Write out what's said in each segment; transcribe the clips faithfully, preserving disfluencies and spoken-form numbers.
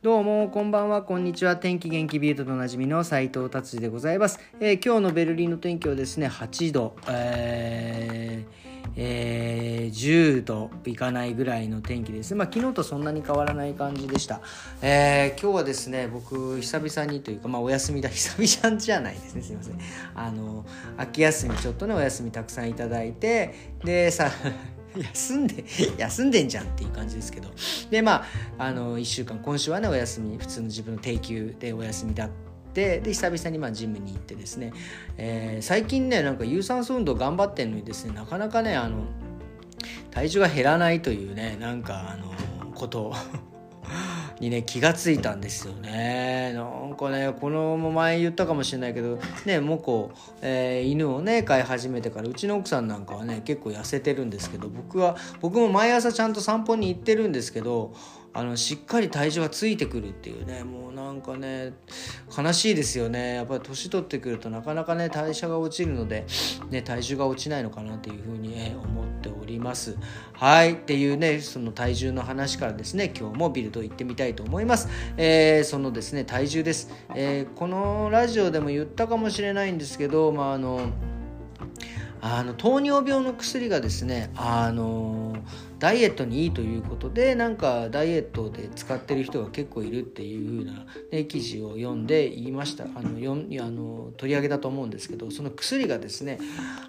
どうもこんばんは、こんにちは。天気元気ビュートでおなじみの斉藤達治でございます。えー、今日のベルリンの天気はですねはちど、えーえー、じゅうどいかないぐらいの天気です。まあ昨日とそんなに変わらない感じでした。えー、今日はですね僕久々にというか、まあお休みだ久々じゃないですねすいませんあの秋休みちょっとねお休みたくさんいただいて、でさ休んで休んでんじゃんっていう感じですけど、でまああのいっしゅうかん今週はねお休み、普通の自分の定休でお休みだってで久々にまあジムに行ってですね、えー、最近ねなんか有酸素運動頑張ってんのにですねなかなかねあの体重が減らないというねなんかあのことにね気がついたんですよね。なんかねこの前言ったかもしれないけどねモコ、えー、犬をね飼い始めてからうちの奥さんなんかはね結構痩せてるんですけど、僕は僕も毎朝ちゃんと散歩に行ってるんですけど、あのしっかり体重がついてくるっていうね、もうなんかね悲しいですよね。やっぱり年取ってくるとなかなかね代謝が落ちるので、ね、体重が落ちないのかなっていうふうに、ね、思っております。はいっていうねその体重の話からですね今日もビルド行ってみたいと思います。えー、そのですね体重です、えー、このラジオでも言ったかもしれないんですけど、まああのあの糖尿病の薬がですねあのダイエットにいいということで、なんかダイエットで使ってる人が結構いるっていう風な、ね、記事を読んで言いました。あのよあの取り上げたと思うんですけど、その薬がですね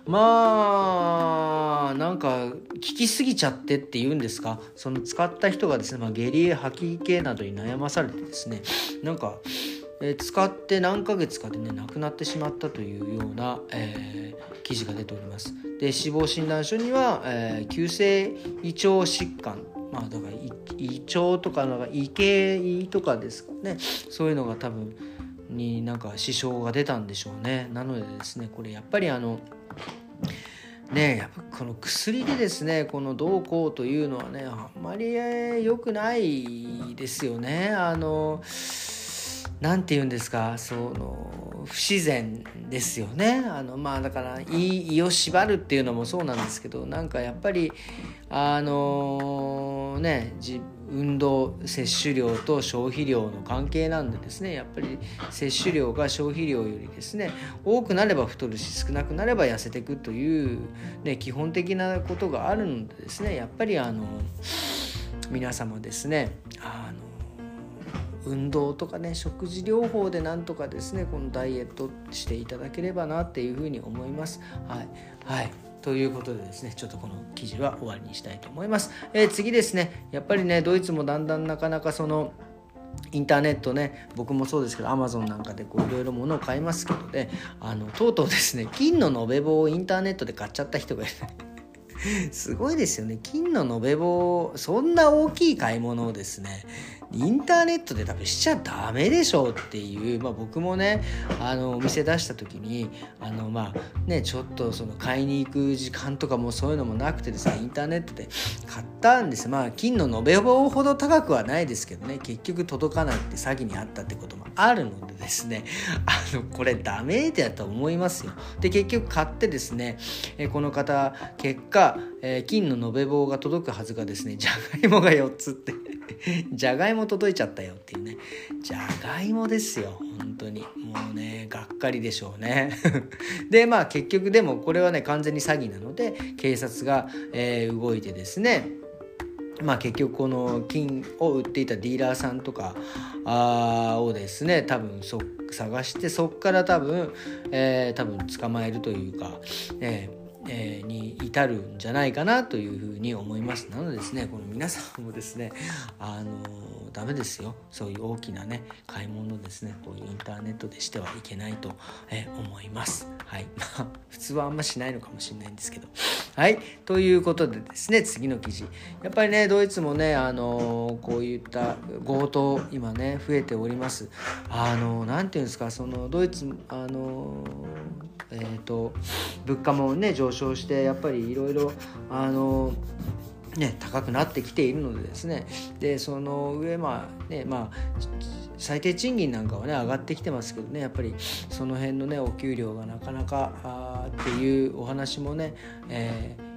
まあなんか効きすぎちゃってっていうんですか、その使った人がですね、まあ、下痢吐き気などに悩まされてですねなんかえー、使って何ヶ月かでね亡くなってしまったというような、えー、記事が出ております。で死亡診断書には、えー、急性胃腸疾患、まあだから胃腸とかなんか胃系胃とかですかね、そういうのが多分になんか支障が出たんでしょうね。なのでですねこれやっぱりあのね、やっぱこの薬でですねこのどうこうというのはねあんまり良くないですよね。あのなんて言うんですか、その不自然ですよね。あのまあだから胃、胃を縛るっていうのもそうなんですけど、なんかやっぱりあのね運動摂取量と消費量の関係なんでですね、やっぱり摂取量が消費量よりですね多くなれば太るし少なくなれば痩せていくという、ね、基本的なことがあるのでですね、やっぱりあの皆様ですねあの運動とかね食事療法でなんとかですねこのダイエットしていただければなっていうふうに思います。はい、はい、ということでですねちょっとこの記事は終わりにしたいと思います。えー、次ですね、やっぱりねドイツもだんだんなかなかそのインターネットね、僕もそうですけど Amazon なんかでこういろいろ物を買いますけどね、あのとうとうですね金の延べ棒をインターネットで買っちゃった人がいるすごいですよね。金の延べ棒、そんな大きい買い物をですねインターネットで多分しちゃダメでしょうっていう、まあ、僕もねあのお店出した時にあのまあねちょっとその買いに行く時間とかもそういうのもなくてですねインターネットで買ったんです。まあ金の延べ棒ほど高くはないですけどね、結局届かないって詐欺にあったってこともあるのでですねあのこれダメだと思いますよ。で結局買ってですねえこの方結果、えー、金の延べ棒が届くはずがですねじゃがいもがよっつってじゃがいも届いちゃったよっていうね、じゃがいもですよ本当にもうねがっかりでしょうねでまあ結局でもこれはね完全に詐欺なので警察が、えー、動いてですね、まあ結局この金を売っていたディーラーさんとかあをですね多分そ探してそっから多分、えー、多分捕まえるというか、えーえー、に至るんじゃないかなというふうに思います。なのでですねこの皆さんもですねあのー、ダメですよ、そういう大きなね買い物ですねこういうインターネットでしてはいけないと、えー、思います。はいまあ普通はあんましないのかもしれないんですけど、はいということでですね次の記事、やっぱりねドイツもねあのー、こういった強盗今ね増えております。あのー、なんていうんですか、そのドイツあのーえーと物価もね上昇してやっぱりいろいろあのね高くなってきているのでですね、でその上まあねまあ最低賃金なんかはね上がってきてますけどね、やっぱりその辺のねお給料がなかなかあっていうお話もね、えー、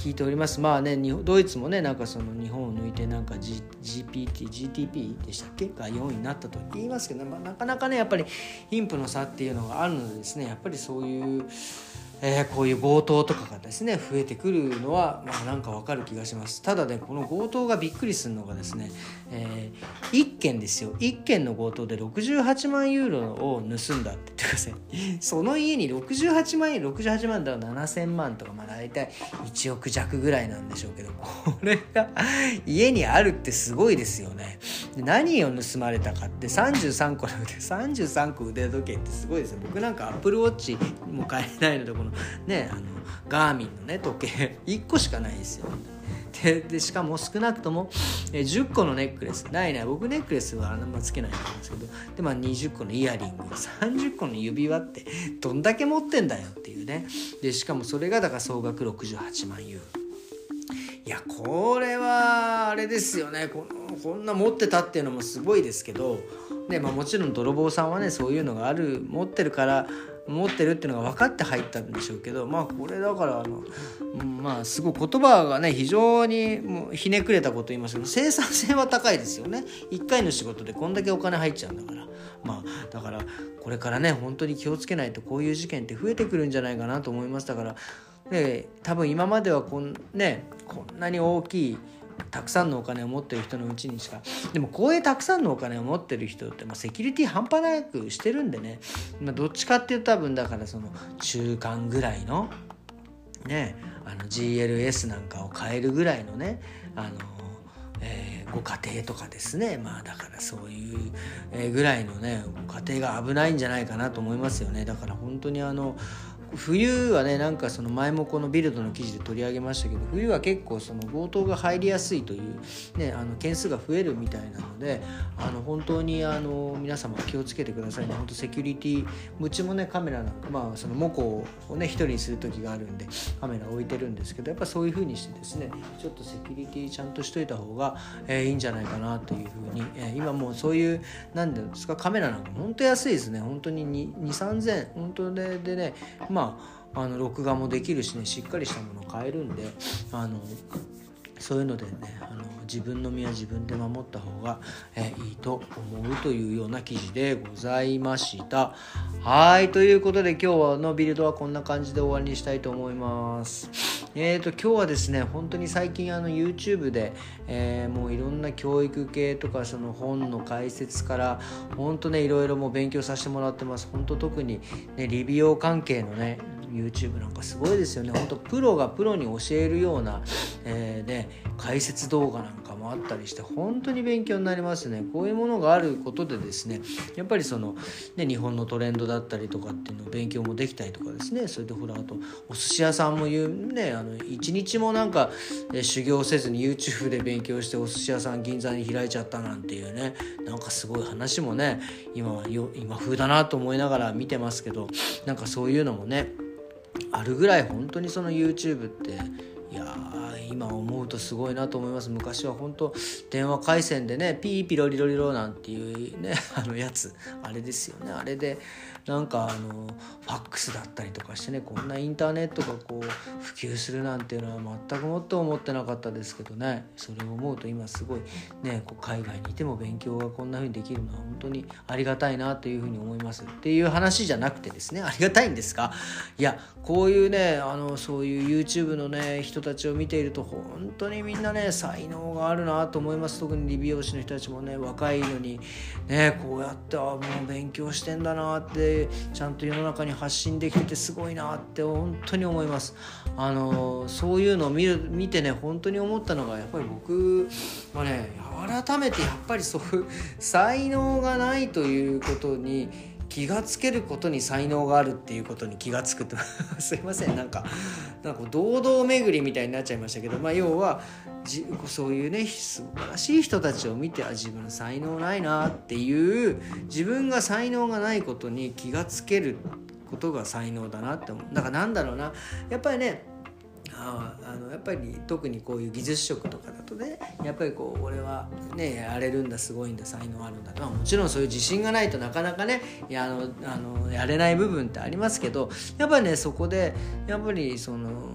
聞いております。まあね、ドイツもねなんかその日本を抜いてなんか、G、ジーピーティー、ジーティーピー でしたっけがよんいになったと言いますけど、まあ、なかなかねやっぱり貧富の差っていうのがあるのでですね、やっぱりそういうえー、こういう強盗とかがですね増えてくるのはまあなんかわかる気がします。ただねこの強盗がびっくりするのがですね、えー、いっけんですよ。いっけんの強盗でろくじゅうはちまんユーロを盗んだって言ってください。その家にろくじゅうはちまんえん、ろくじゅうはちまんだからななせんまんとか、まあ大体いちおく弱ぐらいなんでしょうけど、これが家にあるってすごいですよね。で何を盗まれたかってさんじゅうさんこの腕さんじゅうさんこ腕時計ってすごいですよ。僕なんかアップルウォッチも買えないので、このねあのガーミンのね時計いっこしかないですよ。で, でしかも少なくともじゅっこのネックレスないない僕ネックレスはあんまつけないんですけど、で、まあ、にじゅっこのイヤリング、さんじゅっこの指輪ってどんだけ持ってんだよっていうね。でしかもそれがだから総額ろくじゅうはちまんユーロ。いやこれはあれですよね。このこんな持ってたっていうのもすごいですけど、で、まあ、もちろん泥棒さんはねそういうのがある持ってるから持ってるっていうのが分かって入ったんでしょうけど、まあこれだからあのまあすごい言葉がね非常にもうひねくれたこと言いますけど、生産性は高いですよね。いっかいの仕事でこんだけお金入っちゃうんだから、まあだからこれからね本当に気をつけないとこういう事件って増えてくるんじゃないかなと思います。だからで多分今まではこんねこんなに大きいたくさんのお金を持ってる人のうちにしか、でもこういうたくさんのお金を持ってる人って、まあ、セキュリティ半端なくしてるんでね、まあ、どっちかっていうと多分だからその中間ぐらいのねあの ジーエルエス なんかを買えるぐらいのねあの、えー、ご家庭とかですね、まあだからそういうぐらいのねご家庭が危ないんじゃないかなと思いますよね。だから本当にあの冬はねなんかその前もこのビルドの記事で取り上げましたけど、冬は結構その強盗が入りやすいという、ね、あの件数が増えるみたいなので、あの本当にあの皆様気をつけてくださいね。本当セキュリティうちもねカメラなんか、まあそのモコをね一人にする時があるんでカメラ置いてるんですけど、やっぱそういう風にしてですねちょっとセキュリティちゃんとしといた方が、えー、いいんじゃないかなという風に、えー、今もうそういうなんていうんですかカメラなんか本当安いですね。本当ににせんさんぜんえん本当ででねまああの録画もできるしねしっかりしたものを買えるんで、あのそういうのでねあの自分の身は自分で守った方が、えー、いいと思うというような記事でございました。はいということで今日のビルドはこんな感じで終わりにしたいと思います。えーと今日はですね本当に最近あの YouTube で、えー、もういろんな教育系とかその本の解説から本当ねいろいろもう勉強させてもらってます。本当特にね理美容関係のねYouTube なんかすごいですよね。本当プロがプロに教えるような、えーね、解説動画なんかもあったりして本当に勉強になりますね。こういうものがあることでですねやっぱりその、ね、日本のトレンドだったりとかっていうのを勉強もできたりとかですね、それでほらあとお寿司屋さんも言うねあの一日もなんか、えー、修行せずに YouTube で勉強してお寿司屋さん銀座に開いちゃったなんていうねなんかすごい話もね今はよ今風だなと思いながら見てますけど、なんかそういうのもねあるぐらい本当にその YouTube っていや今思うとすごいなと思います。昔は本当電話回線でねピーピロリロリロなんていうねあのやつあれですよね。あれでなんかあのファックスだったりとかしてねこんなインターネットがこう普及するなんていうのは全くもって思ってなかったですけどね、それを思うと今すごいねこう海外にいても勉強がこんな風にできるのは本当にありがたいなというふうに思いますっていう話じゃなくてですね、ありがたいんですがいやこういうねあのそういう YouTube のね人たちを見ていると本当にみんなね才能があるなと思います。特に理美容師の人たちもね若いのにねこうやってあもう勉強してんだなってちゃんと世の中に発信できててすごいなって本当に思います。あのそういうのを見る見てね本当に思ったのがやっぱり僕はね改めてやっぱりそういう才能がないということに気がつけることに才能があるっていうことに気がつくとすいませんなんかなんか堂々巡りみたいになっちゃいましたけど、まあ要はじそういうね素晴らしい人たちを見てあ自分才能ないなっていう自分が才能がないことに気がつけることが才能だなって思う。だからなんだろうなやっぱりねああのやっぱり特にこういう技術職とかだとねやっぱりこう俺はねやれるんだすごいんだ才能あるんだと、まあ、もちろんそういう自信がないとなかなかねいやあのあのやれない部分ってありますけどやっぱりねそこでやっぱりその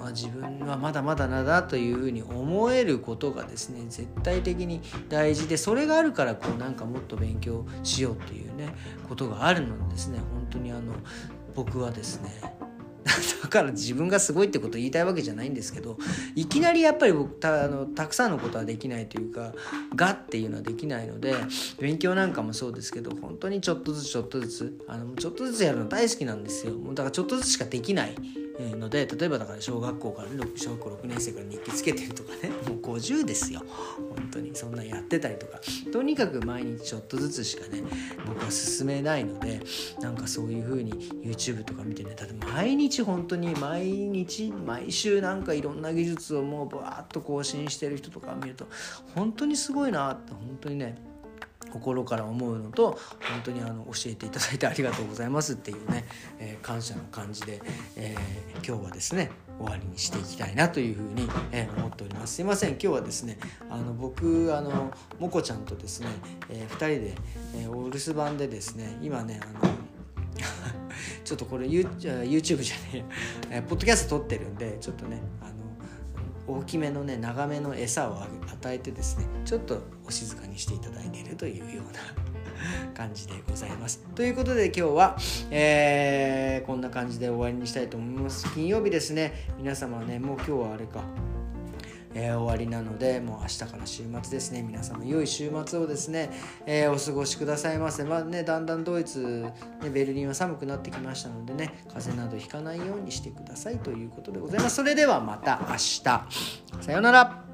あ、自分はまだまだだなというふうに思えることがですね絶対的に大事で、それがあるからこうなんかもっと勉強しようっていうねことがあるのでですね、本当にあの僕はですねだから自分がすごいってことを言いたいわけじゃないんですけど、いきなりやっぱり僕 た, あのたくさんのことはできないというか、がっていうのはできないので、勉強なんかもそうですけど本当にちょっとずつちょっとずつあのちょっとずつやるの大好きなんですよ。もうだからちょっとずつしかできないので、例えばだから小学校から小学校ろくねん生から日記つけてるとかね、もうごじゅうですよ本当に。そんなやってたりとか、とにかく毎日ちょっとずつしかね僕は進めないので、なんかそういう風に YouTube とか見てね、だって毎日本当に毎日毎週なんかいろんな技術をもうバーッと更新してる人とかを見ると本当にすごいなって本当にね心から思うのと、本当にあの教えていただいてありがとうございますっていうね、えー、感謝の感じで、えー、今日はですね終わりにしていきたいなというふうに、えー、思っております。すいません、今日はですねあの僕あのもこちゃんとですね、えー、ふたりで、えー、お留守番でですね今ねあのちょっとこれ YouTube じゃねえ、えー、ポッドキャスト撮ってるんでちょっとねあの大きめのね長めの餌を与えてですねちょっとお静かにしていただいているというような感じでございます。ということで今日は、えー、こんな感じで終わりにしたいと思います。金曜日ですね、皆様ねもう今日はあれかえー、終わりなのでもう明日から週末ですね。皆様良い週末をですね、えー、お過ごしくださいませ。まあね、だんだんドイツ、ね、ベルリンは寒くなってきましたのでね、風邪などひかないようにしてくださいということでございます。それではまた明日、さようなら。